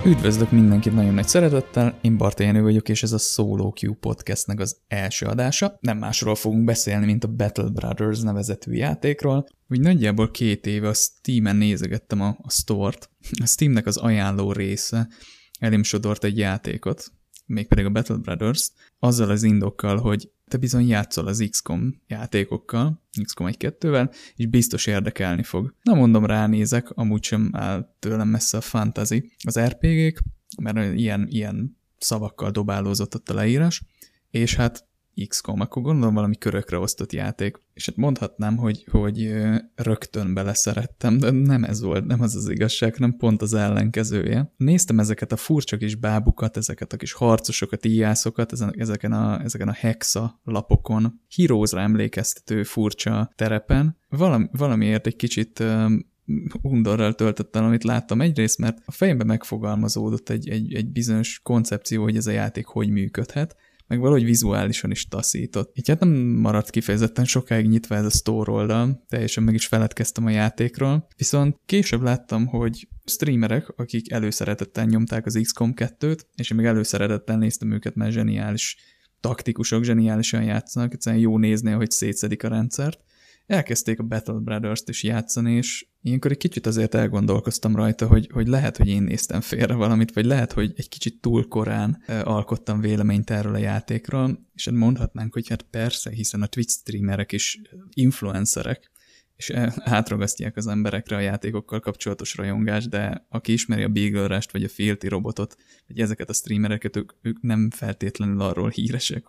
Üdvözlök mindenkit nagyon nagy szeretettel, én Barta Jenő vagyok, és ez a Solo Queue podcastnek az első adása. Nem másról fogunk beszélni, mint a Battle Brothers nevezetű játékról. Úgy nagyjából 2 éve a Steamen nézegettem a store-t. A Steamnek az ajánló része elém sodort egy játékot, mégpedig a Battle Brothers, azzal az indokkal, hogy te bizony játszol az XCOM játékokkal, XCOM 1-2-vel, és biztos érdekelni fog. Na mondom, ránézek, amúgy sem áll tőlem messze a fantasy, az RPG-k, mert ilyen szavakkal dobálózott ott a leírás, és hát XCOM, akkor gondolom valami körökre osztott játék. És hát mondhatnám, hogy rögtön beleszerettem, de nem ez volt, nem az az igazság, nem pont az ellenkezője. Néztem ezeket a furcsa kis bábukat, ezeket a kis harcosokat, íjászokat, ezeken a hexa lapokon, Heroes-ra emlékeztető furcsa terepen. Valamiért egy kicsit undorral töltött el, amit láttam. Egyrészt, mert a fejemben megfogalmazódott egy bizonyos koncepció, hogy ez a játék hogy működhet, meg valahogy vizuálisan is taszított. Így hát nem maradt kifejezetten sokáig nyitva ez a store oldal, teljesen meg is feledkeztem a játékról, viszont később láttam, hogy streamerek, akik előszeretettel nyomták az XCOM 2-t, és én még előszeretettel néztem őket, mert zseniális taktikusok, zseniálisan játszanak, egyszerűen jó nézni, ahogy szétszedik a rendszert. Elkezdték a Battle Brothers-t is játszani, és ilyenkor egy kicsit azért elgondolkoztam rajta, hogy lehet, hogy én néztem félre valamit, vagy lehet, hogy egy kicsit túl korán alkottam véleményt erről a játékról, és mondhatnánk, hogy hát persze, hiszen a Twitch streamerek is influencerek, és átragasztják az emberekre a játékokkal kapcsolatos rajongást, de aki ismeri a Beagle Rush-t, vagy a Filthy Robotot, vagy ezeket a streamereket, ők nem feltétlenül arról híresek,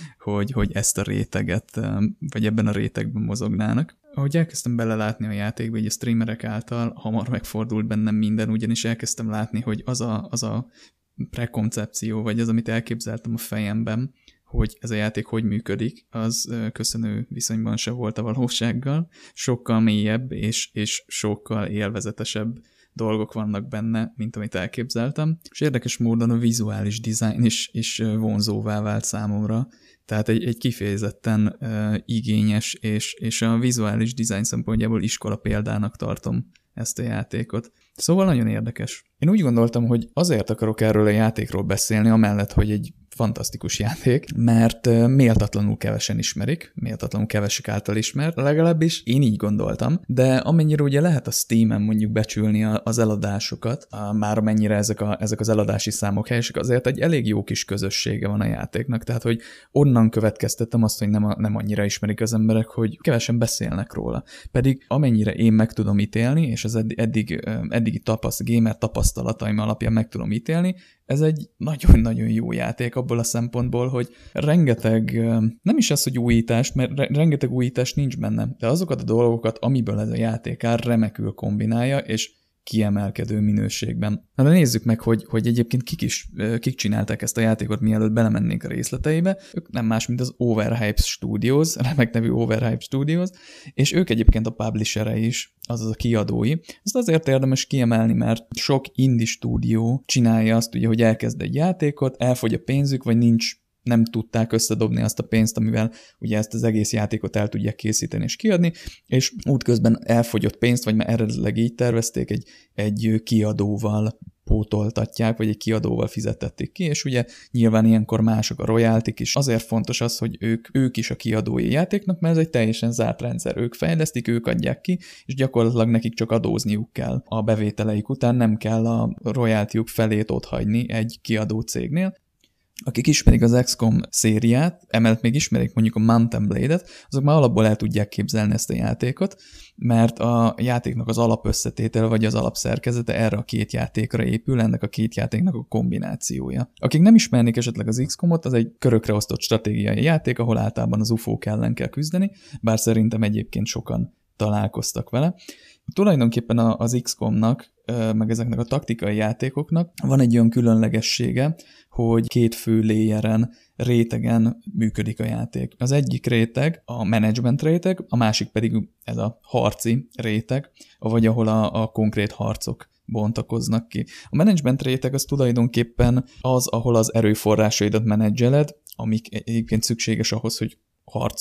hogy ezt a réteget, vagy ebben a rétegben mozognának. Ahogy elkezdtem belelátni a játékba, így a streamerek által hamar megfordult bennem minden, ugyanis elkezdtem látni, hogy az a prekoncepció, vagy az, amit elképzeltem a fejemben, hogy ez a játék hogy működik, az köszönő viszonyban se volt a valósággal. Sokkal mélyebb és sokkal élvezetesebb dolgok vannak benne, mint amit elképzeltem. És érdekes módon a vizuális design is vonzóvá vált számomra. Tehát egy kifejezetten igényes, és a vizuális design szempontjából iskola példának tartom ezt a játékot. Szóval nagyon érdekes. Én úgy gondoltam, hogy azért akarok erről a játékról beszélni, amellett, hogy egy fantasztikus játék, mert méltatlanul kevesen ismerik, méltatlanul kevesek által ismert, legalábbis én így gondoltam, de amennyire ugye lehet a Steamen mondjuk becsülni az eladásokat, már amennyire ezek az eladási számok helyesek, azért egy elég jó kis közössége van a játéknak, tehát hogy onnan következtettem azt, hogy nem annyira ismerik az emberek, hogy kevesen beszélnek róla. Pedig amennyire én meg tudom ítélni, és az eddigi gamer tapasztalataim alapján meg tudom ítélni, ez egy nagyon-nagyon jó játék abból a szempontból, hogy rengeteg, nem is az, hogy újítás, mert rengeteg újítás nincs benne, de azokat a dolgokat, amiből ez a játék áll, remekül kombinálja, és kiemelkedő minőségben. Na de nézzük meg, hogy egyébként kik csinálták ezt a játékot, mielőtt belemennénk a részleteibe. Ők nem más, mint az Overhype Studios, remek nevű Overhype Studios, és ők egyébként a publisherei is, azaz a kiadói. Ezt azért érdemes kiemelni, mert sok indie stúdió csinálja azt, ugye, hogy elkezd egy játékot, elfogy a pénzük, vagy nem tudták összedobni azt a pénzt, amivel ugye ezt az egész játékot el tudják készíteni és kiadni, és útközben elfogyott pénzt, vagy már eredetileg így tervezték, egy kiadóval pótoltatják, vagy egy kiadóval fizetették ki, és ugye nyilván ilyenkor mások a royaltik is. Azért fontos az, hogy ők is a kiadói játéknak, mert ez egy teljesen zárt rendszer. Ők fejlesztik, ők adják ki, és gyakorlatilag nekik csak adózniuk kell a bevételeik után, nem kell a royaltiuk felét otthagyni egy kiadó cégnél. Akik ismerik az XCOM szériát, emellett még ismerik mondjuk a Mount & Blade-et, azok már alapból el tudják képzelni ezt a játékot, mert a játéknak az alapösszetétele vagy az alapszerkezete erre a 2 játékra épül, ennek a 2 játéknak a kombinációja. Akik nem ismernék esetleg az XCOM-ot, az egy körökre osztott stratégiai játék, ahol általában az UFO-k ellen kell küzdeni, bár szerintem egyébként sokan találkoztak vele. Tulajdonképpen az XCOM-nak, meg ezeknek a taktikai játékoknak van egy olyan különlegessége, hogy 2 fő layeren, rétegen működik a játék. Az egyik réteg a management réteg, a másik pedig ez a harci réteg, vagy ahol a konkrét harcok bontakoznak ki. A management réteg az tulajdonképpen az, ahol az erőforrásaidat menedzseled, amik egyébként szükséges ahhoz, hogy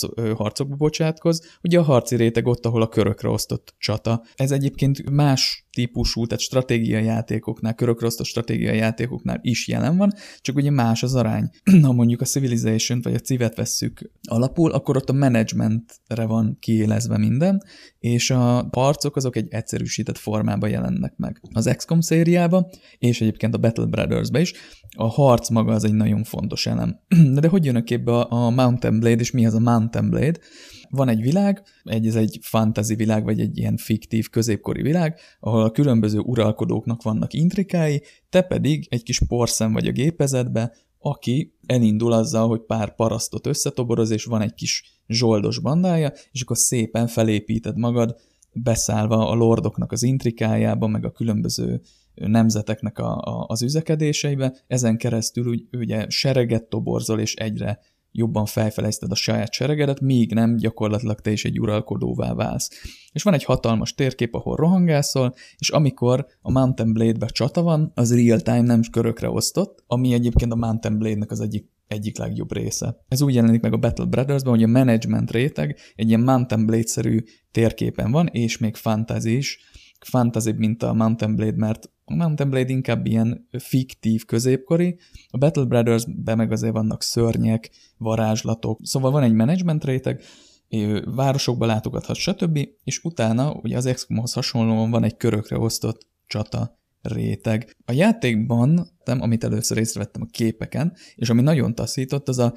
harcokba bocsátkoz. Ugye a harci réteg ott, ahol a körökre osztott csata. Ez egyébként más típusú, tehát stratégiai játékoknál, körökre osztott stratégiai játékoknál is jelen van, csak ugye más az arány. Ha mondjuk a Civilization vagy a Civet vesszük alapul, akkor ott a managementre van kiélezve minden, és a harcok azok egy egyszerűsített formában jelennek meg. Az XCOM szériában, és egyébként a Battle Brothers-be is, a harc maga az egy nagyon fontos elem. De hogy jön a képbe a Mount & Blade, és mi az a Mount & Blade? Van egy világ, ez egy fantasy világ, vagy egy ilyen fiktív középkori világ, ahol a különböző uralkodóknak vannak intrikái, te pedig egy kis porszem vagy a gépezetbe, aki elindul azzal, hogy pár parasztot összetoboroz, és van egy kis zsoldos bandája, és akkor szépen felépíted magad, beszállva a lordoknak az intrikájába, meg a különböző nemzeteknek az üzekedéseibe, ezen keresztül ugye sereget toborzol, és egyre jobban felfejleszted a saját seregedet, míg nem gyakorlatilag te is egy uralkodóvá válsz. És van egy hatalmas térkép, ahol rohangászol, és amikor a Mount & Blade-ben csata van, az real time, nem körökre osztott, ami egyébként a Mount & Blade-nek az egyik legjobb része. Ez úgy jelenik meg a Battle Brothers-ben, hogy a management réteg egy ilyen Mount & Blade-szerű térképen van, és még fantasy is, fantasybb, mint a Mount & Blade, mert a Mount & Blade inkább ilyen fiktív középkori, a Battle Brothers-ben meg azért vannak szörnyek, varázslatok, szóval van egy management réteg, városokba látogathat, stb., és utána ugye az XCOM-hoz hasonlóan van egy körökre osztott csata réteg. A játékban, amit először észrevettem a képeken, és ami nagyon taszított, az a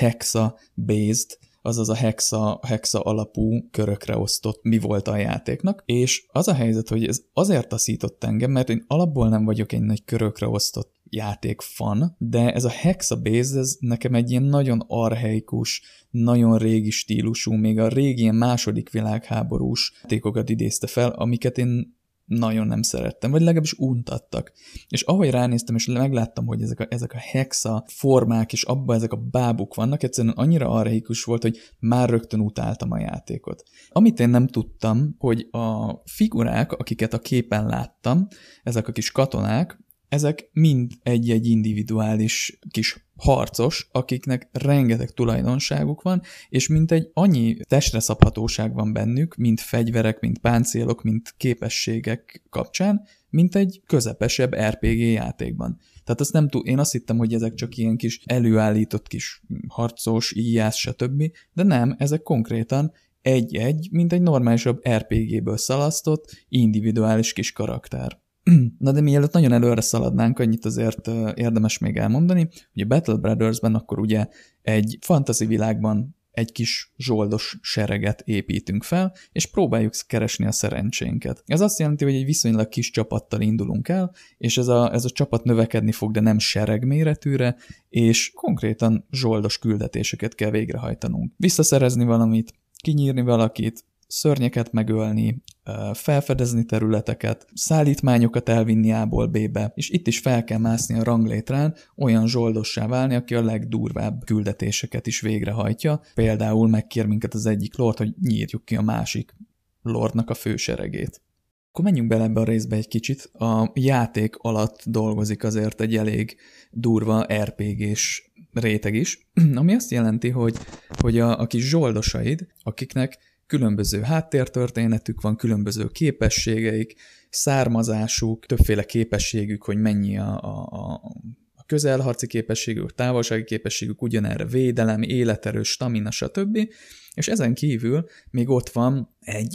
hexa-based, azaz a hexa alapú körökre osztott mi volt a játéknak, és az a helyzet, hogy ez azért taszított engem, mert én alapból nem vagyok egy nagy körökre osztott játékfan, de ez a hexa-based, ez nekem egy ilyen nagyon archaikus, nagyon régi stílusú, még a régi ilyen második világháborús játékokat idézte fel, amiket én nagyon nem szerettem, vagy legalábbis untattak. És ahogy ránéztem, és megláttam, hogy ezek a hexa formák, és abban ezek a bábuk vannak, egyszerűen annyira archaikus volt, hogy már rögtön utáltam a játékot. Amit én nem tudtam, hogy a figurák, akiket a képen láttam, ezek a kis katonák, ezek mind egy-egy individuális kis harcos, akiknek rengeteg tulajdonságuk van, és mintegy annyi testre szabhatóság van bennük, mint fegyverek, mint páncélok, mint képességek kapcsán, mint egy közepesebb RPG játékban. Tehát azt nem én azt hittem, hogy ezek csak ilyen kis előállított kis harcos, íjász, stb., de nem, ezek konkrétan egy-egy, mint egy normálisabb RPG-ből szalasztott, individuális kis karakter. Na de mielőtt nagyon előre szaladnánk, annyit azért érdemes még elmondani, hogy a Battle Brothers-ben akkor ugye egy fantasy világban egy kis zsoldos sereget építünk fel, és próbáljuk keresni a szerencsénket. Ez azt jelenti, hogy egy viszonylag kis csapattal indulunk el, és ez a csapat növekedni fog, de nem sereg méretűre, és konkrétan zsoldos küldetéseket kell végrehajtanunk. Visszaszerezni valamit, kinyírni valakit, szörnyeket megölni, felfedezni területeket, szállítmányokat elvinni A-ból B-be, és itt is fel kell mászni a ranglétrán, olyan zsoldossá válni, aki a legdurvább küldetéseket is végrehajtja. Például megkér minket az egyik lord, hogy nyírjuk ki a másik lordnak a főseregét. Akkor menjünk bele ebbe a részbe egy kicsit. A játék alatt dolgozik azért egy elég durva RPG-s réteg is, ami azt jelenti, hogy a kis zsoldosaid, akiknek különböző háttértörténetük van, különböző képességeik, származásuk, többféle képességük, hogy mennyi a közelharci képességük, távolsági képességük, ugyanerre védelem, életerő, stamina, stb. És ezen kívül még ott van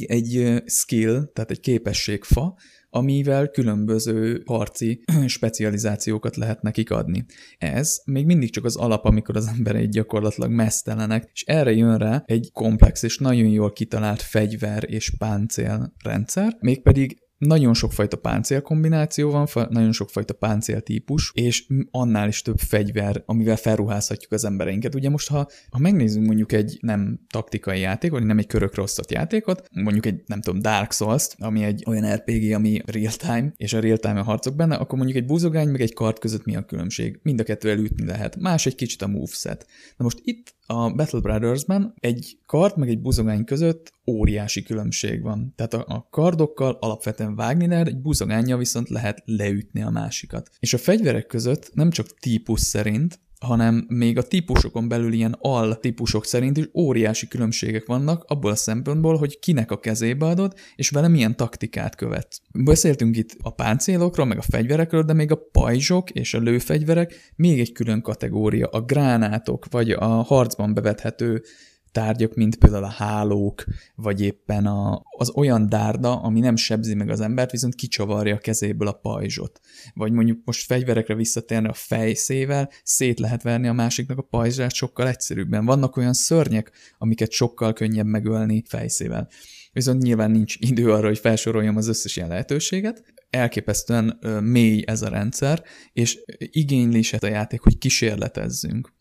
egy skill, tehát egy képességfa, amivel különböző harci specializációkat lehet nekik adni. Ez még mindig csak az alap, amikor az emberek gyakorlatilag meztelenek, és erre jön rá egy komplex és nagyon jól kitalált fegyver és páncélrendszer, mégpedig nagyon sokfajta páncélkombináció van, nagyon sokfajta páncéltípus, és annál is több fegyver, amivel felruházhatjuk az embereinket. Ugye most, ha megnézzünk mondjuk egy nem taktikai játék, vagy nem egy körökre osztott játékot, mondjuk egy, nem tudom, Dark Souls-t, ami egy olyan RPG, ami real-time, és a real-time a harcok benne, akkor mondjuk egy buzogány meg egy kard között mi a különbség? Mind a kettővel ütni lehet. Más egy kicsit a moveset. Na most itt a Battle Brothers-ben egy kard meg egy buzogány között óriási különbség van. Tehát a kardokkal alapvetően vágni lehet, egy buzogánnyal viszont lehet leütni a másikat. És a fegyverek között nem csak típus szerint, hanem még a típusokon belül ilyen al-típusok szerint is óriási különbségek vannak abból a szempontból, hogy kinek a kezébe adod, és vele milyen taktikát követ. Beszéltünk itt a páncélokról, meg a fegyverekről, de még a pajzsok és a lőfegyverek még egy külön kategória. A gránátok, vagy a harcban bevethető tárgyak, mint például a hálók, vagy éppen az olyan dárda, ami nem sebzi meg az embert, viszont kicsavarja a kezéből a pajzsot. Vagy mondjuk most fegyverekre visszatérni a fejszével, szét lehet verni a másiknak a pajzsát sokkal egyszerűbben. Vannak olyan szörnyek, amiket sokkal könnyebb megölni fejszével. Viszont nyilván nincs idő arra, hogy felsoroljam az összes ilyen lehetőséget. Elképesztően mély ez a rendszer, és igényli is a játék, hogy kísérletezzünk.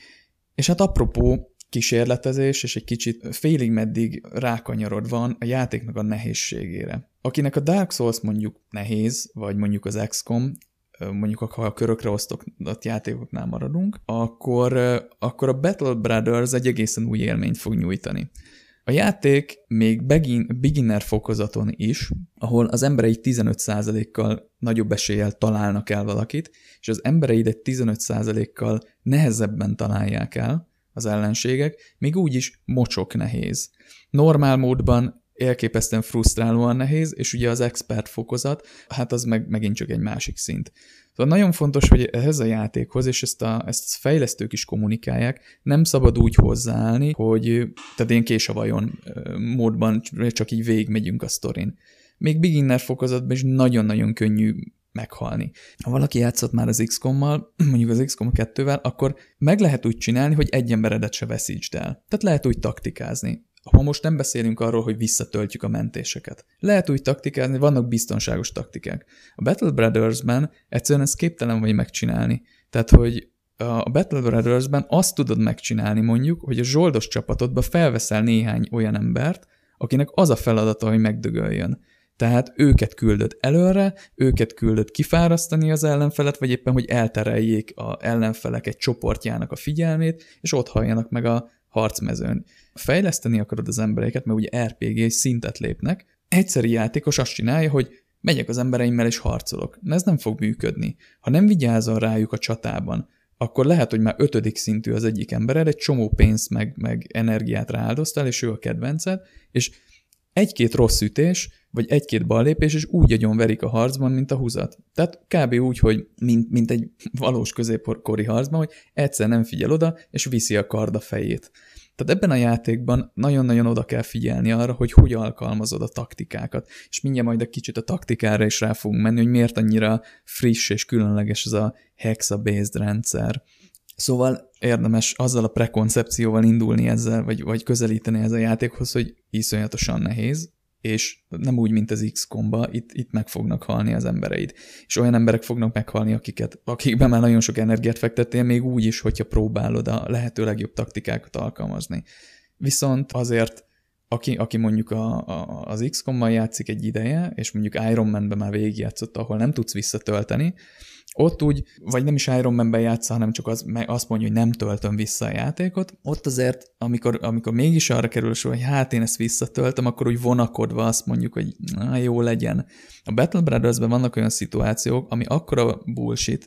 És hát apropó kísérletezés, és egy kicsit félig meddig rákanyarodva a játéknak a nehézségére. Akinek a Dark Souls mondjuk nehéz, vagy mondjuk az XCOM, mondjuk ha a körökre osztott játékoknál maradunk, akkor a Battle Brothers egy egészen új élményt fog nyújtani. A játék még beginner fokozaton is, ahol az emberei 15%-kal nagyobb eséllyel találnak el valakit, és az embereid egy 15%-kal nehezebben találják el az ellenségek, még úgy is mocsok nehéz. Normál módban elképesztően frusztrálóan nehéz, és ugye az expert fokozat, hát az megint csak egy másik szint. Szóval nagyon fontos, hogy ehhez a játékhoz, és ezt a fejlesztők is kommunikálják, nem szabad úgy hozzáállni, hogy tehát ilyen késavajon módban csak így végigmegyünk a sztorin. Még beginner fokozatban is nagyon-nagyon könnyű meghalni. Ha valaki játszott már az XCOM-mal, mondjuk az XCOM 2-vel, akkor meg lehet úgy csinálni, hogy egy emberedet se veszítsd el. Tehát lehet úgy taktikázni. Ha most nem beszélünk arról, hogy visszatöltjük a mentéseket. Lehet úgy taktikázni, vannak biztonságos taktikák. A Battle Brothers-ben egyszerűen ezt képtelen vagy megcsinálni. Tehát, hogy a Battle Brothers-ben azt tudod megcsinálni mondjuk, hogy a zsoldos csapatodba felveszel néhány olyan embert, akinek az a feladata, hogy megdögöljön. Tehát őket küldöd előre, őket küldöd kifárasztani az ellenfelet, vagy éppen, hogy eltereljék az ellenfelek egy csoportjának a figyelmét, és ott halljanak meg a harcmezőn. Fejleszteni akarod az embereket, mert ugye RPG szintet lépnek, egyszeri játékos azt csinálja, hogy megyek az embereimmel és harcolok. De ez nem fog működni. Ha nem vigyázol rájuk a csatában, akkor lehet, hogy már 5. szintű az egyik embered, egy csomó pénzt meg energiát rááldoztál, és ő a kedvenced, és egy-két rossz ütés, vagy egy-két ballépés, és úgy agyonverik a harcban, mint a húzat. Tehát kb. Úgy, hogy mint egy valós középkori harcban, hogy egyszer nem figyel oda, és viszi a kard a fejét. Tehát ebben a játékban nagyon-nagyon oda kell figyelni arra, hogy alkalmazod a taktikákat. És mindjárt majd egy kicsit a taktikára is rá fogunk menni, hogy miért annyira friss és különleges ez a hexa-based rendszer. Szóval érdemes azzal a prekoncepcióval indulni ezzel, vagy közelíteni ez a játékhoz, hogy iszonyatosan nehéz, és nem úgy, mint az XCOM-ba, itt meg fognak halni az embereid. És olyan emberek fognak meghalni, akikben már nagyon sok energiát fektettél, még úgy is, hogyha próbálod a lehető legjobb taktikákat alkalmazni. Viszont azért, aki mondjuk az XCOM-mal játszik egy ideje, és mondjuk Iron Man-ben már végigjátszott, ahol nem tudsz visszatölteni, ott úgy, vagy nem is Iron Man-ben játsza, hanem csak azt mondja, hogy nem töltöm vissza a játékot. Ott azért, amikor mégis arra kerül sor, hogy hát én ezt visszatöltöm, akkor úgy vonakodva azt mondjuk, hogy jó legyen. A Battle Brothers-ben vannak olyan szituációk, ami akkora bullshit,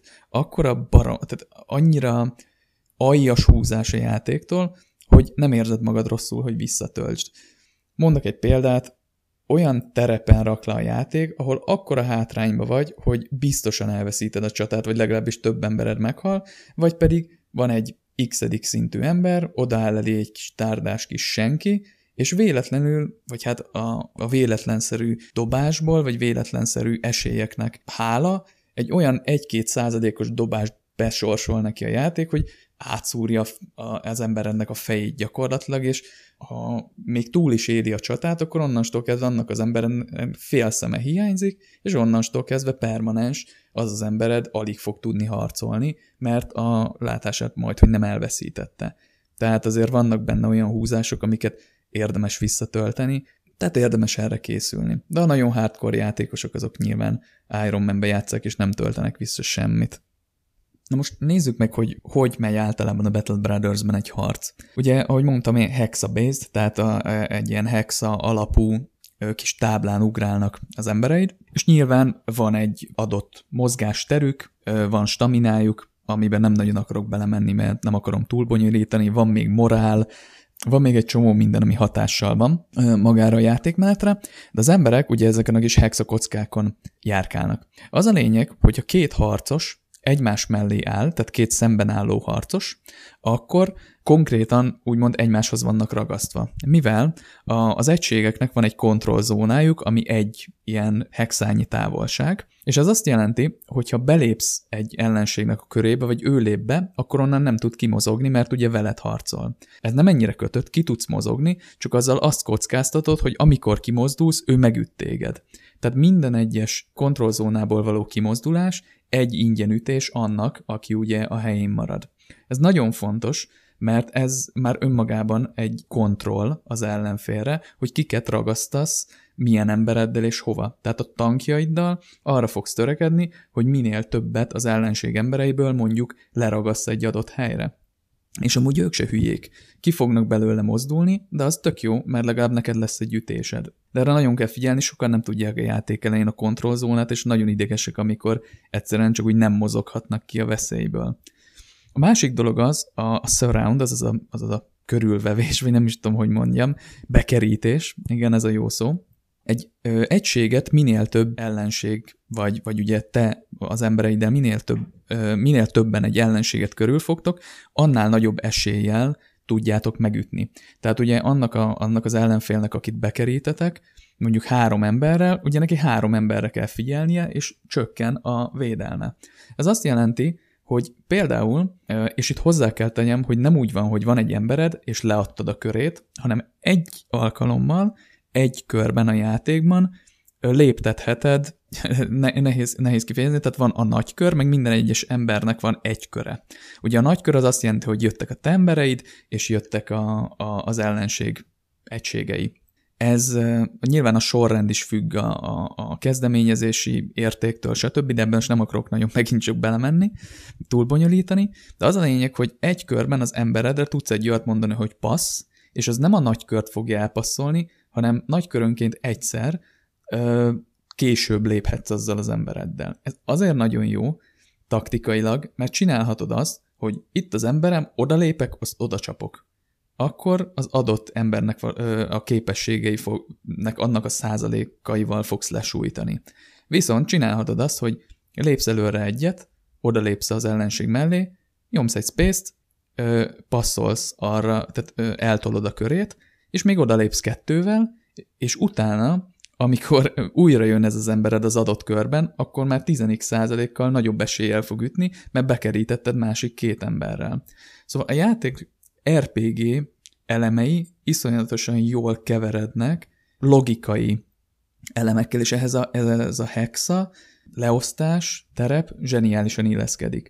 tehát annyira aljas húzás a játéktól, hogy nem érzed magad rosszul, hogy visszatöltsd. Mondok egy példát, olyan terepen rak le a játék, ahol akkora hátrányba vagy, hogy biztosan elveszíted a csatát, vagy legalábbis több embered meghal, vagy pedig van egy x-edik szintű ember, odaáll elé egy kis tárdás kis senki, és véletlenül, vagy hát a véletlenszerű dobásból, vagy véletlenszerű esélyeknek hála, egy olyan 1-2%-os dobást besorsol neki a játék, hogy átszúrja az embernek a fejét gyakorlatilag, és ha még túl is éli a csatát, akkor onnantól kezdve annak az emberen fél szeme hiányzik, és onnantól kezdve permanens az embered alig fog tudni harcolni, mert a látását majd, hogy nem elveszítette. Tehát azért vannak benne olyan húzások, amiket érdemes visszatölteni, tehát érdemes erre készülni. De a nagyon hardcore játékosok azok nyilván Iron Man-be játsszák, és nem töltenek vissza semmit. Na most nézzük meg, hogy megy általában a Battle Brothers-ben egy harc. Ugye, ahogy mondtam, hexa-based, tehát egy ilyen hexa alapú kis táblán ugrálnak az embereid, és nyilván van egy adott mozgásterük, van staminájuk, amiben nem nagyon akarok belemenni, mert nem akarom túlbonyolítani, van még morál, van még egy csomó minden, ami hatással van magára a játékmenetre, de az emberek ugye ezeken a kis hexakockákon járkálnak. Az a lényeg, hogyha két harcos egymás mellé áll, tehát két szemben álló harcos, akkor konkrétan úgymond egymáshoz vannak ragasztva. Mivel az egységeknek van egy kontrollzónájuk, ami egy ilyen hexányi távolság, és ez azt jelenti, hogy ha belépsz egy ellenségnek a körébe, vagy ő lép be, akkor onnan nem tud kimozogni, mert ugye veled harcol. Ez nem ennyire kötött, ki tudsz mozogni, csak azzal azt kockáztatod, hogy amikor kimozdulsz, ő megüt téged. Tehát minden egyes kontrollzónából való kimozdulás egy ingyenütés annak, aki ugye a helyén marad. Ez nagyon fontos, mert ez már önmagában egy kontroll az ellenfélre, hogy kiket ragasztasz, milyen embereddel és hova. Tehát a tankjaiddal arra fogsz törekedni, hogy minél többet az ellenség embereiből mondjuk leragasz egy adott helyre. És amúgy ők se hülyék. Ki fognak belőle mozdulni, de az tök jó, mert legalább neked lesz egy ütésed. De erre nagyon kell figyelni, sokan nem tudják a játék elején a kontrollzónát, és nagyon idegesek, amikor egyszerűen csak úgy nem mozoghatnak ki a veszélyből. A másik dolog az, a surround, az a körülvevés, vagy nem is tudom, hogy mondjam, bekerítés, igen, ez a jó szó. Egy egységet minél több ellenség, vagy ugye te az embereiddel minél többen egy ellenséget körülfogtok, annál nagyobb eséllyel tudjátok megütni. Tehát ugye annak az ellenfélnek, akit bekerítetek, mondjuk 3 emberrel, ugye neki 3 emberre kell figyelnie, és csökken a védelme. Ez azt jelenti, hogy például, és itt hozzá kell tennem, hogy nem úgy van, hogy van egy embered, és leadtad a körét, hanem egy alkalommal, egy körben a játékban léptetheted, nehéz kifejezni, tehát van a nagy kör, meg minden egyes embernek van egy köre. Ugye a nagy kör az azt jelenti, hogy jöttek a te embereid, és jöttek az ellenség egységei. Ez nyilván a sorrend is függ a kezdeményezési értéktől, stb., de ebben most nem akarok nagyon megint csak belemenni, túl bonyolítani, de az a lényeg, hogy egy körben az emberedre tudsz egy olyat mondani, hogy passz, és az nem a nagy kört fogja elpasszolni, hanem nagy körönként egyszer később léphetsz azzal az embereddel. Ez azért nagyon jó taktikailag, mert csinálhatod azt, hogy itt az emberem, odalépek, azt oda csapok. Akkor az adott embernek a képességeinek annak a százalékaival fogsz lesújtani. Viszont csinálhatod azt, hogy lépsz előre egyet, oda lépsz az ellenség mellé, nyomsz egy space-t, passzolsz arra, tehát eltolod a körét, és még oda lépsz 2-vel, és utána, amikor újra jön ez az embered az adott körben, akkor már 10%-kal nagyobb eséllyel fog ütni, mert bekerítetted másik 2 emberrel. Szóval a játék RPG elemei iszonyatosan jól keverednek logikai elemekkel, és ehhez a hexa, leosztás, terep zseniálisan illeszkedik.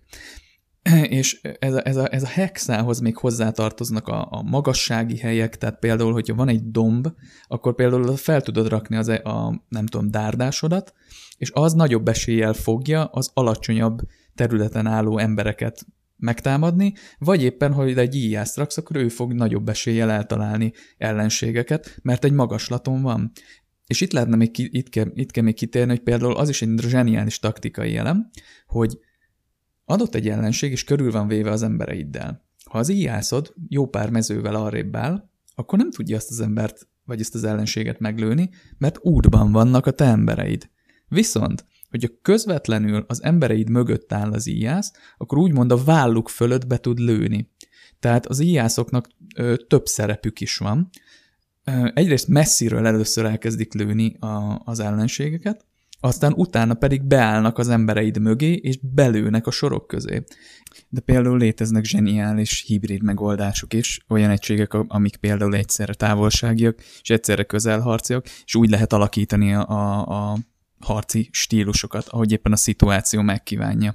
És ez a hexához még hozzátartoznak a magassági helyek, tehát például, hogyha van egy domb, akkor például fel tudod rakni nem tudom, dárdásodat, és az nagyobb eséllyel fogja az alacsonyabb területen álló embereket megtámadni, vagy éppen, ha egy íjást raksz, akkor ő fog nagyobb eséllyel eltalálni ellenségeket, mert egy magaslaton van. És itt lehetne még itt kell még kitérni, hogy például az is egy zseniális taktikai elem, hogy adott egy ellenség, és körül van véve az embereiddel. Ha az íjászod jó pár mezővel arrébb áll, akkor nem tudja azt az embert, vagy ezt az ellenséget meglőni, mert útban vannak a te embereid. Viszont, hogyha közvetlenül az embereid mögött áll az íjász, akkor úgymond a válluk fölött be tud lőni. Tehát az íjászoknak több szerepük is van. Egyrészt messziről először elkezdik lőni az ellenségeket, aztán utána pedig beállnak az embereid mögé, és belőnek a sorok közé. De például léteznek zseniális hibrid megoldások is, olyan egységek, amik például egyszerre távolságiak, és egyszerre közelharciak, és úgy lehet alakítani a harci stílusokat, ahogy éppen a szituáció megkívánja.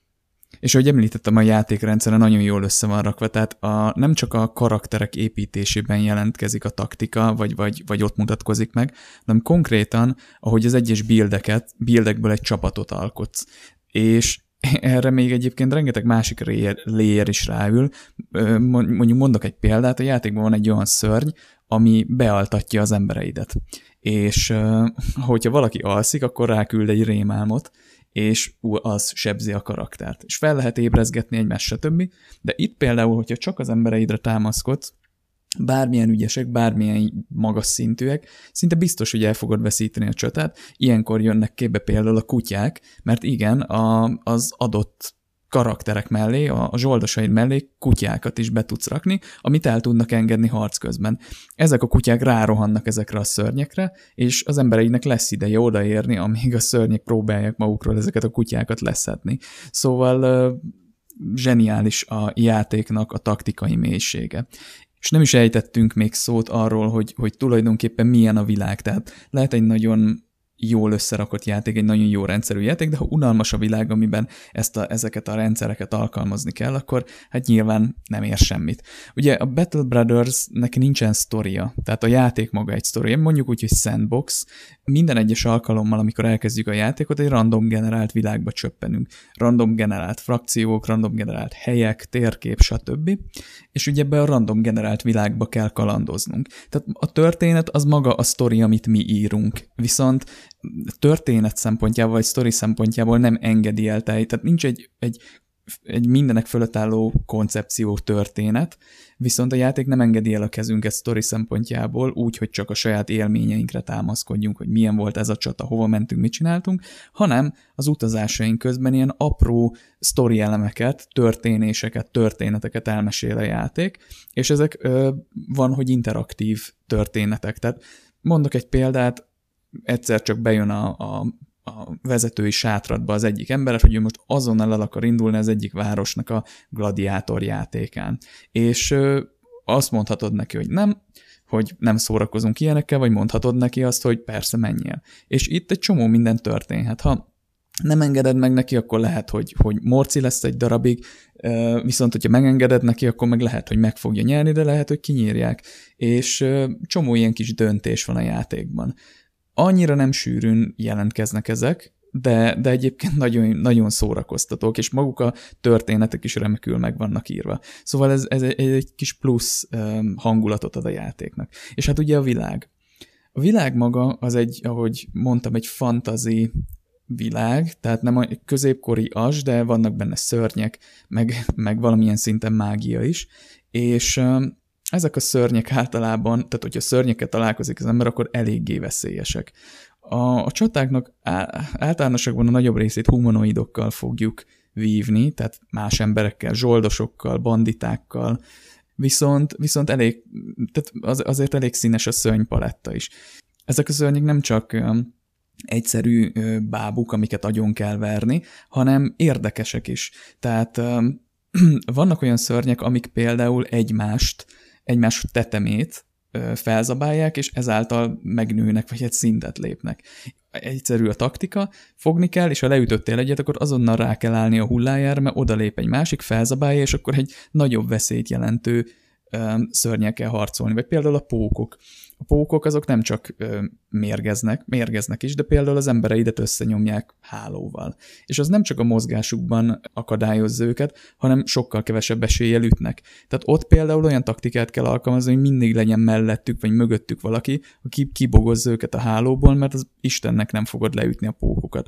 És ahogy említettem, a játékrendszere nagyon jól össze van rakva, tehát nem csak a karakterek építésében jelentkezik a taktika, vagy ott mutatkozik meg, hanem konkrétan, ahogy az egyes buildekből egy csapatot alkotsz. És erre még egyébként rengeteg másik layer is ráül. Mondjuk mondok egy példát, a játékban van egy olyan szörny, ami bealtatja az embereidet. És hogyha valaki alszik, akkor ráküld egy rémálmot, és az sebzi a karaktert. És fel lehet ébrezgetni egymást, stb. De itt például, hogyha csak az embereidre támaszkodsz, bármilyen ügyesek, bármilyen magas szintűek, szinte biztos, hogy el fogod veszíteni a csatát. Ilyenkor jönnek képbe például a kutyák, mert igen, az adott karakterek mellé, a zsoldosaid mellé kutyákat is be tudsz rakni, amit el tudnak engedni harc közben. Ezek a kutyák rárohannak ezekre a szörnyekre, és az embereinek lesz ideje odaérni, amíg a szörnyek próbálják magukról ezeket a kutyákat leszedni. Szóval zseniális a játéknak a taktikai mélysége. És nem is ejtettünk még szót arról, hogy tulajdonképpen milyen a világ. Tehát lehet egy nagyon jól összerakott játék, egy nagyon jó rendszerű játék, de ha unalmas a világ, amiben ezeket a rendszereket alkalmazni kell, akkor hát nyilván nem ér semmit. Ugye a Battle Brothersnek nincsen sztoria, tehát a játék maga egy sztoria, mondjuk úgy, hogy sandbox, minden egyes alkalommal, amikor elkezdjük a játékot, egy random generált világba csöppenünk. Random generált frakciók, random generált helyek, térkép, stb. És ugye ebbe a random generált világba kell kalandoznunk. Tehát a történet az maga a sztori, amit mi írunk. Viszont történet szempontjából, vagy sztori szempontjából nem engedi el, tehát nincs egy mindenek fölött álló koncepció történet, viszont a játék nem engedi el a kezünket sztori szempontjából úgy, hogy csak a saját élményeinkre támaszkodjunk, hogy milyen volt ez a csata, hova mentünk, mit csináltunk, hanem az utazásaink közben ilyen apró sztori elemeket, történéseket, történeteket elmesél a játék, és ezek van, hogy interaktív történetek. Tehát mondok egy példát, egyszer csak bejön a vezetői sátratba az egyik ember, hogy ő most azonnal el akar indulni az egyik városnak a gladiátor játékán. És azt mondhatod neki, hogy nem szórakozunk ilyenekkel, vagy mondhatod neki azt, hogy persze menjél. És itt egy csomó minden történhet. Ha nem engeded meg neki, akkor lehet, hogy morci lesz egy darabig, viszont hogyha megengeded neki, akkor meg lehet, hogy meg fogja nyerni, de lehet, hogy kinyírják. És csomó ilyen kis döntés van a játékban. Annyira nem sűrűn jelentkeznek ezek, de egyébként nagyon, nagyon szórakoztatók, és maguk a történetek is remekül meg vannak írva. Szóval ez egy kis plusz hangulatot ad a játéknak. És hát ugye a világ. A világ maga az egy, ahogy mondtam, egy fantasy világ, tehát nem a középkori de vannak benne szörnyek, meg valamilyen szinten mágia is, és ezek a szörnyek általában, tehát hogyha szörnyekkel találkozik az ember, akkor eléggé veszélyesek. A csatáknak általánosságban a nagyobb részét humanoidokkal fogjuk vívni, tehát más emberekkel, zsoldosokkal, banditákkal, viszont elég, tehát azért elég színes a szörnypaletta is. Ezek a szörnyek nem csak egyszerű bábuk, amiket agyon kell verni, hanem érdekesek is. Tehát vannak olyan szörnyek, amik például egymás tetemét felzabálják, és ezáltal megnőnek, vagy egy szintet lépnek. Egyszerű a taktika, fogni kell, és ha leütöttél egyet, akkor azonnal rá kell állni a hullájára, mert odalép egy másik, felzabálja, és akkor egy nagyobb veszélyt jelentő szörnyel kell harcolni. Vagy például a pókok. A pókok azok nem csak mérgeznek is, de például az embereidet összenyomják hálóval. És az nem csak a mozgásukban akadályozza őket, hanem sokkal kevesebb eséllyel ütnek. Tehát ott például olyan taktikát kell alkalmazni, hogy mindig legyen mellettük vagy mögöttük valaki, aki kibogozza őket a hálóból, mert az Istennek nem fogod leütni a pókokat.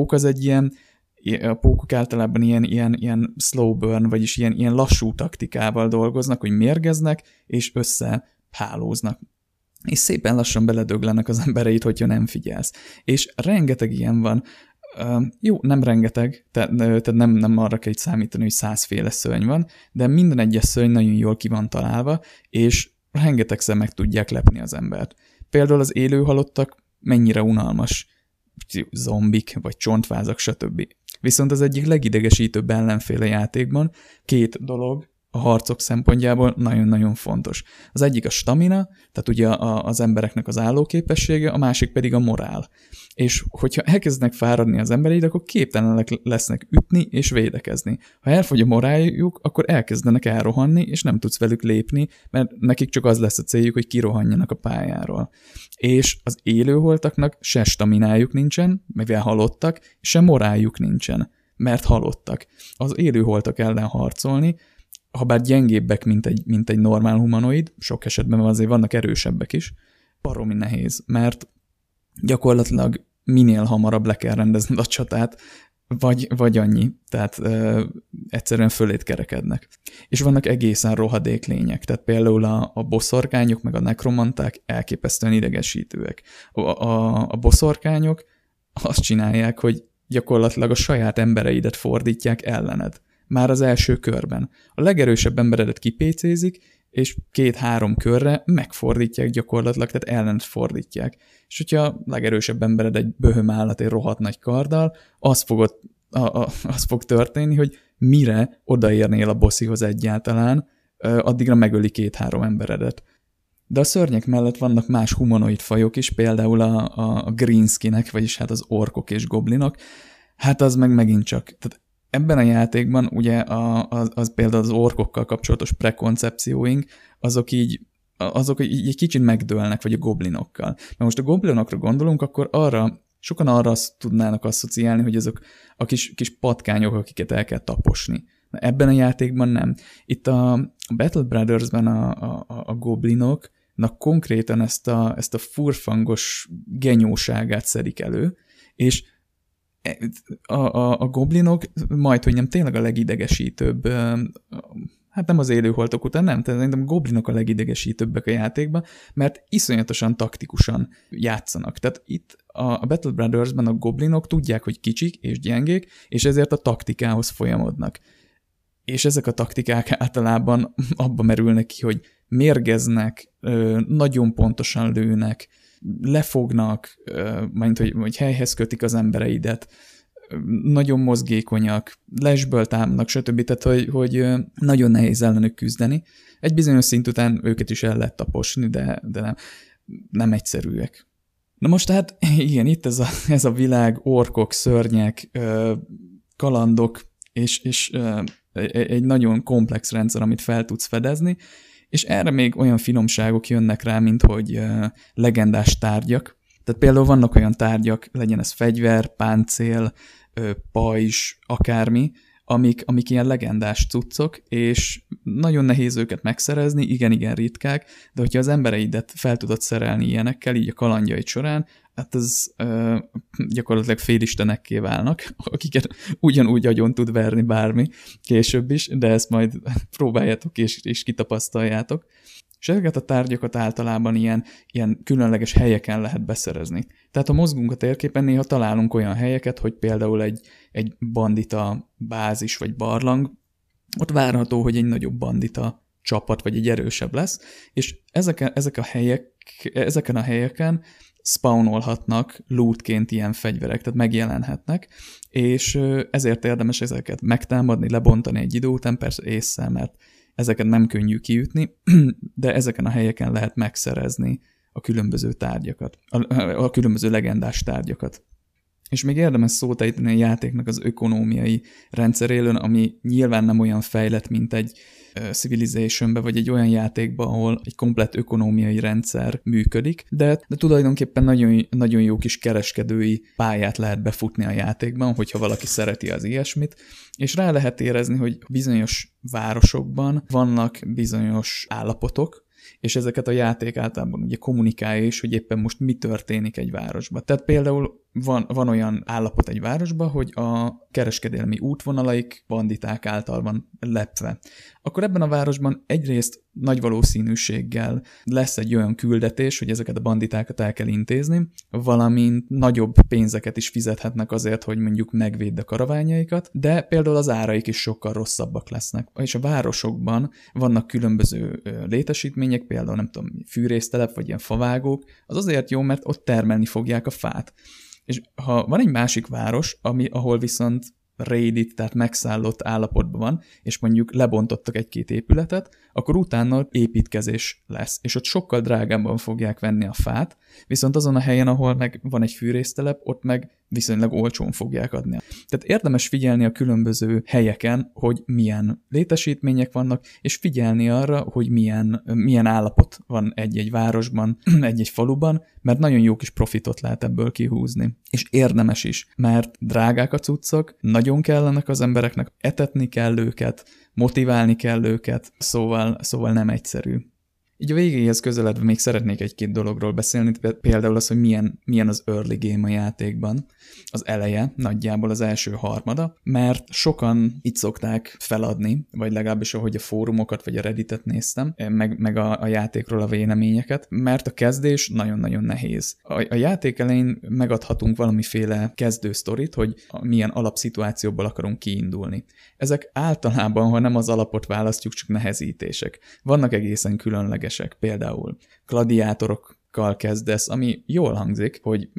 A pókok általában ilyen slow burn, vagyis ilyen lassú taktikával dolgoznak, hogy mérgeznek, és összehálóznak. És szépen lassan beledöglenek az embereit, hogyha nem figyelsz. És rengeteg ilyen van. Jó, nem rengeteg, tehát nem arra kell számítani, hogy 100 féle szörny van, de minden egyes szörny nagyon jól ki van találva, és rengetegszer meg tudják lepni az embert. Például az élő halottak mennyire unalmas zombik, vagy csontvázak, stb. Viszont az egyik legidegesítőbb ellenfél a játékban 2 dolog a harcok szempontjából nagyon-nagyon fontos. Az egyik a stamina, tehát ugye az embereknek az állóképessége, a másik pedig a morál. És hogyha elkezdenek fáradni az embereid, akkor képtelenek lesznek ütni és védekezni. Ha elfogy a moráljuk, akkor elkezdenek elrohanni, és nem tudsz velük lépni, mert nekik csak az lesz a céljuk, hogy kirohanjanak a pályáról. És az élőholtaknak se staminájuk nincsen, mivel halottak, se moráljuk nincsen, mert halottak. Az élőholtak ellen harcolni, habár gyengébbek, mint egy normál humanoid, sok esetben azért vannak erősebbek is, baromi nehéz, mert gyakorlatilag minél hamarabb le kell rendezned a csatát, vagy annyi, tehát egyszerűen fölét kerekednek. És vannak egészen rohadék lények, tehát például a boszorkányok meg a nekromanták elképesztően idegesítőek. A boszorkányok azt csinálják, hogy gyakorlatilag a saját embereidet fordítják ellened. Már az első körben. A legerősebb emberedet kipécézik, és 2-3 körre megfordítják gyakorlatilag, tehát ellent fordítják. És hogyha a legerősebb embered egy böhöm állat egy rohadt nagy karddal, az fog történni, hogy mire odaérnél a bosszihoz egyáltalán, addigra megöli 2-3 emberedet. De a szörnyek mellett vannak más humanoid fajok is, például a greenskinek, vagyis hát az orkok és goblinok, hát az meg megint csak. Tehát ebben a játékban ugye az például az orkokkal kapcsolatos prekoncepcióink, azok így egy kicsit megdőlnek, vagy a goblinokkal. Mert most a goblinokra gondolunk, akkor sokan arra tudnának asszociálni, hogy azok a kis patkányok, akiket el kell taposni. Na, ebben a játékban nem. Itt a Battle Brothers-ben a goblinoknak konkrétan ezt a furfangos genyóságát szedik elő, és a goblinok majdhogy nem tényleg a legidegesítőbb, hát nem az élőholtok után, nem, tehát a goblinok a legidegesítőbbek a játékban, mert iszonyatosan taktikusan játszanak. Tehát itt a Battle Brothers-ben a goblinok tudják, hogy kicsik és gyengék, és ezért a taktikához folyamodnak. És ezek a taktikák általában abba merülnek ki, hogy mérgeznek, nagyon pontosan lőnek, lefognak, mint hogy helyhez kötik az embereidet, nagyon mozgékonyak, lesből támadnak, stb. Tehát, hogy nagyon nehéz ellenük küzdeni. Egy bizonyos szint után őket is el lehet taposni, de nem egyszerűek. Na most hát igen, itt ez a világ, orkok, szörnyek, kalandok, és egy nagyon komplex rendszer, amit fel tudsz fedezni, és erre még olyan finomságok jönnek rá, mint hogy legendás tárgyak. Tehát például vannak olyan tárgyak, legyen ez fegyver, páncél, pajzs, akármi, amik ilyen legendás cuccok, és nagyon nehéz őket megszerezni, igen ritkák, de hogyha az embereidet fel tudod szerelni ilyenekkel, így a kalandjaid során, hát ez gyakorlatilag félistenekké válnak, akiket ugyanúgy agyon tud verni bármi később is, de ezt majd próbáljátok és kitapasztaljátok. És ezeket a tárgyakat általában ilyen különleges helyeken lehet beszerezni. Tehát ha mozgunk a térképen, néha találunk olyan helyeket, hogy például egy bandita bázis vagy barlang, ott várható, hogy egy nagyobb bandita csapat vagy egy erősebb lesz, és ezeken a helyeken spawnolhatnak lootként ilyen fegyverek, tehát megjelenhetnek, és ezért érdemes ezeket megtámadni, lebontani egy idő után, persze ésszel, mert ezeket nem könnyű kiütni, de ezeken a helyeken lehet megszerezni a különböző tárgyakat, a különböző legendás tárgyakat. És még érdemes szót ejteni a játéknak az ökonómiai rendszeréről, ami nyilván nem olyan fejlett, mint egy Civilizationbe, vagy egy olyan játékba, ahol egy komplett ökonómiai rendszer működik, de tulajdonképpen nagyon, nagyon jó kis kereskedői pályát lehet befutni a játékban, hogyha valaki szereti az ilyesmit, és rá lehet érezni, hogy bizonyos városokban vannak bizonyos állapotok, és ezeket a játék általában ugye kommunikálja is, hogy éppen most mi történik egy városban. Tehát például van olyan állapot egy városban, hogy a kereskedelmi útvonalaik banditák által van lepve. Akkor ebben a városban egyrészt nagy valószínűséggel lesz egy olyan küldetés, hogy ezeket a banditákat el kell intézni, valamint nagyobb pénzeket is fizethetnek azért, hogy mondjuk megvédd a karaványaikat, de például az áraik is sokkal rosszabbak lesznek. És a városokban vannak különböző létesítmények, például nem tudom, fűrésztelep, vagy ilyen favágók, az azért jó, mert ott termelni fogják a fát. És ha van egy másik város, ahol viszont raided, tehát megszállott állapotban van, és mondjuk lebontottak egy-két épületet, akkor utána építkezés lesz, és ott sokkal drágábban fogják venni a fát, viszont azon a helyen, ahol meg van egy fűrésztelep, ott meg viszonylag olcsón fogják adni. Tehát érdemes figyelni a különböző helyeken, hogy milyen létesítmények vannak, és figyelni arra, hogy milyen állapot van egy-egy városban, egy-egy faluban, mert nagyon jó kis profitot lehet ebből kihúzni. És érdemes is, mert drágák a cuccok, nagyon kellenek az embereknek, etetni kell őket, motiválni kell őket, szóval nem egyszerű. Így a végéhez közeledve még szeretnék egy-két dologról beszélni, például az, hogy milyen az early game a játékban, az eleje, nagyjából az első harmada, mert sokan itt szokták feladni, vagy legalábbis ahogy a fórumokat vagy a Redditet néztem, meg a játékról a véleményeket, mert a kezdés nagyon-nagyon nehéz. A játék elején megadhatunk valamiféle kezdősztorit, hogy milyen alapszituációból akarunk kiindulni. Ezek általában, ha nem az alapot választjuk, csak nehezítések. Vannak egészen különlegesek, például gladiátorokkal kezdesz, ami jól hangzik, hogy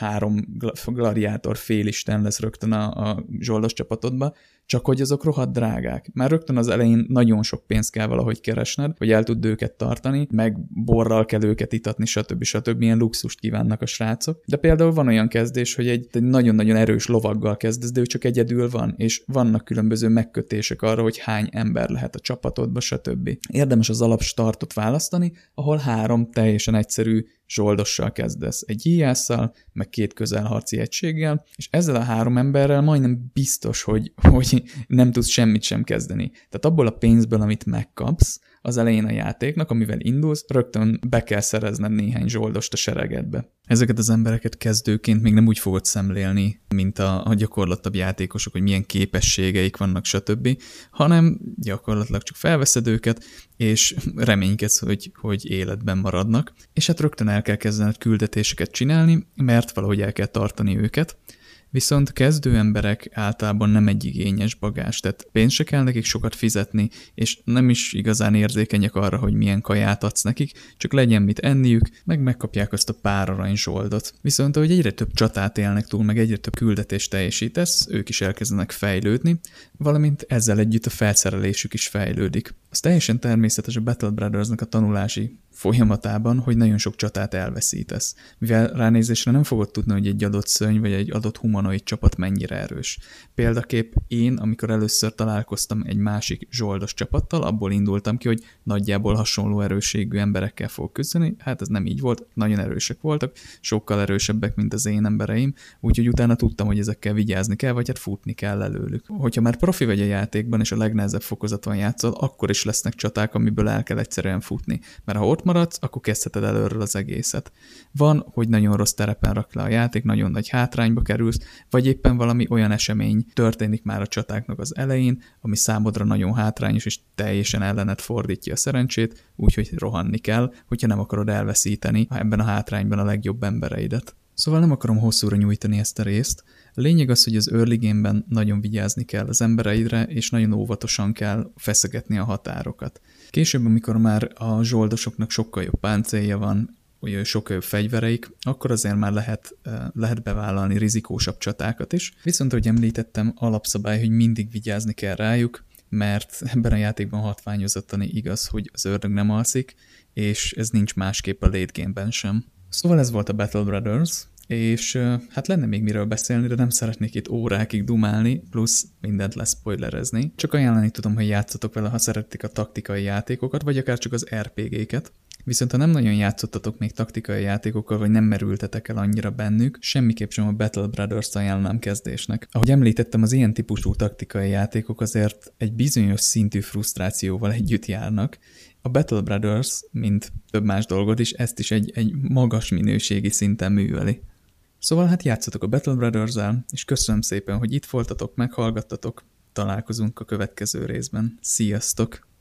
3 gladiátor félisten lesz rögtön a zsoldos csapatodba, csak hogy azok rohadt drágák. Már rögtön az elején nagyon sok pénzt kell valahogy keresned, hogy el tudd őket tartani, meg borral kell őket itatni, stb. Milyen luxust kívánnak a srácok. De például van olyan kezdés, hogy egy nagyon-nagyon erős lovaggal kezdesz, de ő csak egyedül van, és vannak különböző megkötések arra, hogy hány ember lehet a csapatodba, stb. Érdemes az alapstartot választani, ahol 3 teljesen egyszerű zsoldossal kezdesz. Egy íjásszal, meg 2 közelharci egységgel, és ezzel a 3 emberrel majdnem biztos, hogy nem tudsz semmit sem kezdeni. Tehát abból a pénzből, amit megkapsz az elején a játéknak, amivel indulsz, rögtön be kell szerezned néhány zsoldost a seregedbe. Ezeket az embereket kezdőként még nem úgy fogod szemlélni, mint a gyakorlatabb játékosok, hogy milyen képességeik vannak, stb., hanem gyakorlatilag csak felveszed őket, és reménykedsz, hogy életben maradnak, és hát rögtön el kell kezdened küldetéseket csinálni, mert valahogy el kell tartani őket. Viszont kezdő emberek általában nem egy igényes bagás, tehát pénzt se kell nekik sokat fizetni, és nem is igazán érzékenyek arra, hogy milyen kaját adsz nekik, csak legyen mit enniük, meg megkapják azt a pár arany zsoldot. Viszont ahogy egyre több csatát élnek túl, meg egyre több küldetést teljesítesz, ők is elkezdenek fejlődni, valamint ezzel együtt a felszerelésük is fejlődik. Az teljesen természetes a Battle Brothersnak a tanulási folyamatában, hogy nagyon sok csatát elveszítesz. Mivel ránézésre nem fogod tudni, hogy egy adott szörny vagy egy adott humanoid csapat mennyire erős. Példakép én, amikor először találkoztam egy másik zsoldos csapattal, abból indultam ki, hogy nagyjából hasonló erősségű emberekkel fogok küzdeni, hát ez nem így volt, nagyon erősek voltak, sokkal erősebbek, mint az én embereim, úgyhogy utána tudtam, hogy ezekkel vigyázni kell, vagy hát futni kell előlük. Hogyha már profi vagy a játékban, és a legnehezebb fokozaton játszol, akkor is lesznek csaták, amiből el kell egyszerűen futni, mert ha ott maradsz, akkor kezdheted előről az egészet. Van, hogy nagyon rossz terepen rak le a játék, nagyon nagy hátrányba kerülsz, vagy éppen valami olyan esemény történik már a csatáknak az elején, ami számodra nagyon hátrányos, és teljesen ellened fordítja a szerencsét, úgyhogy rohanni kell, hogyha nem akarod elveszíteni ebben a hátrányban a legjobb embereidet. Szóval nem akarom hosszúra nyújtani ezt a részt. A lényeg az, hogy az early game-ben nagyon vigyázni kell az embereidre, és nagyon óvatosan kell feszegetni a határokat. Később, amikor már a zsoldosoknak sokkal jobb páncélja van, vagy sokkal jobb fegyvereik, akkor azért már lehet bevállalni rizikósabb csatákat is. Viszont, ahogy említettem, alapszabály, hogy mindig vigyázni kell rájuk, mert ebben a játékban hatványozottan igaz, hogy az ördög nem alszik, és ez nincs másképp a late game-ben sem. Szóval ez volt a Battle Brothers, és hát lenne még miről beszélni, de nem szeretnék itt órákig dumálni, plusz mindent leszpoilerezni. Csak ajánlani tudom, hogy játszatok vele, ha szeretik a taktikai játékokat, vagy akár csak az RPG-ket. Viszont ha nem nagyon játszottatok még taktikai játékokkal, vagy nem merültetek el annyira bennük, semmiképp sem a Battle Brothers-t ajánlnám kezdésnek. Ahogy említettem, az ilyen típusú taktikai játékok azért egy bizonyos szintű frusztrációval együtt járnak. A Battle Brothers, mint több más dolgot is, ezt is egy magas minőségi szinten műveli. Szóval hát játszatok a Battle Brothers-el, és köszönöm szépen, hogy itt voltatok, meghallgattatok, találkozunk a következő részben. Sziasztok!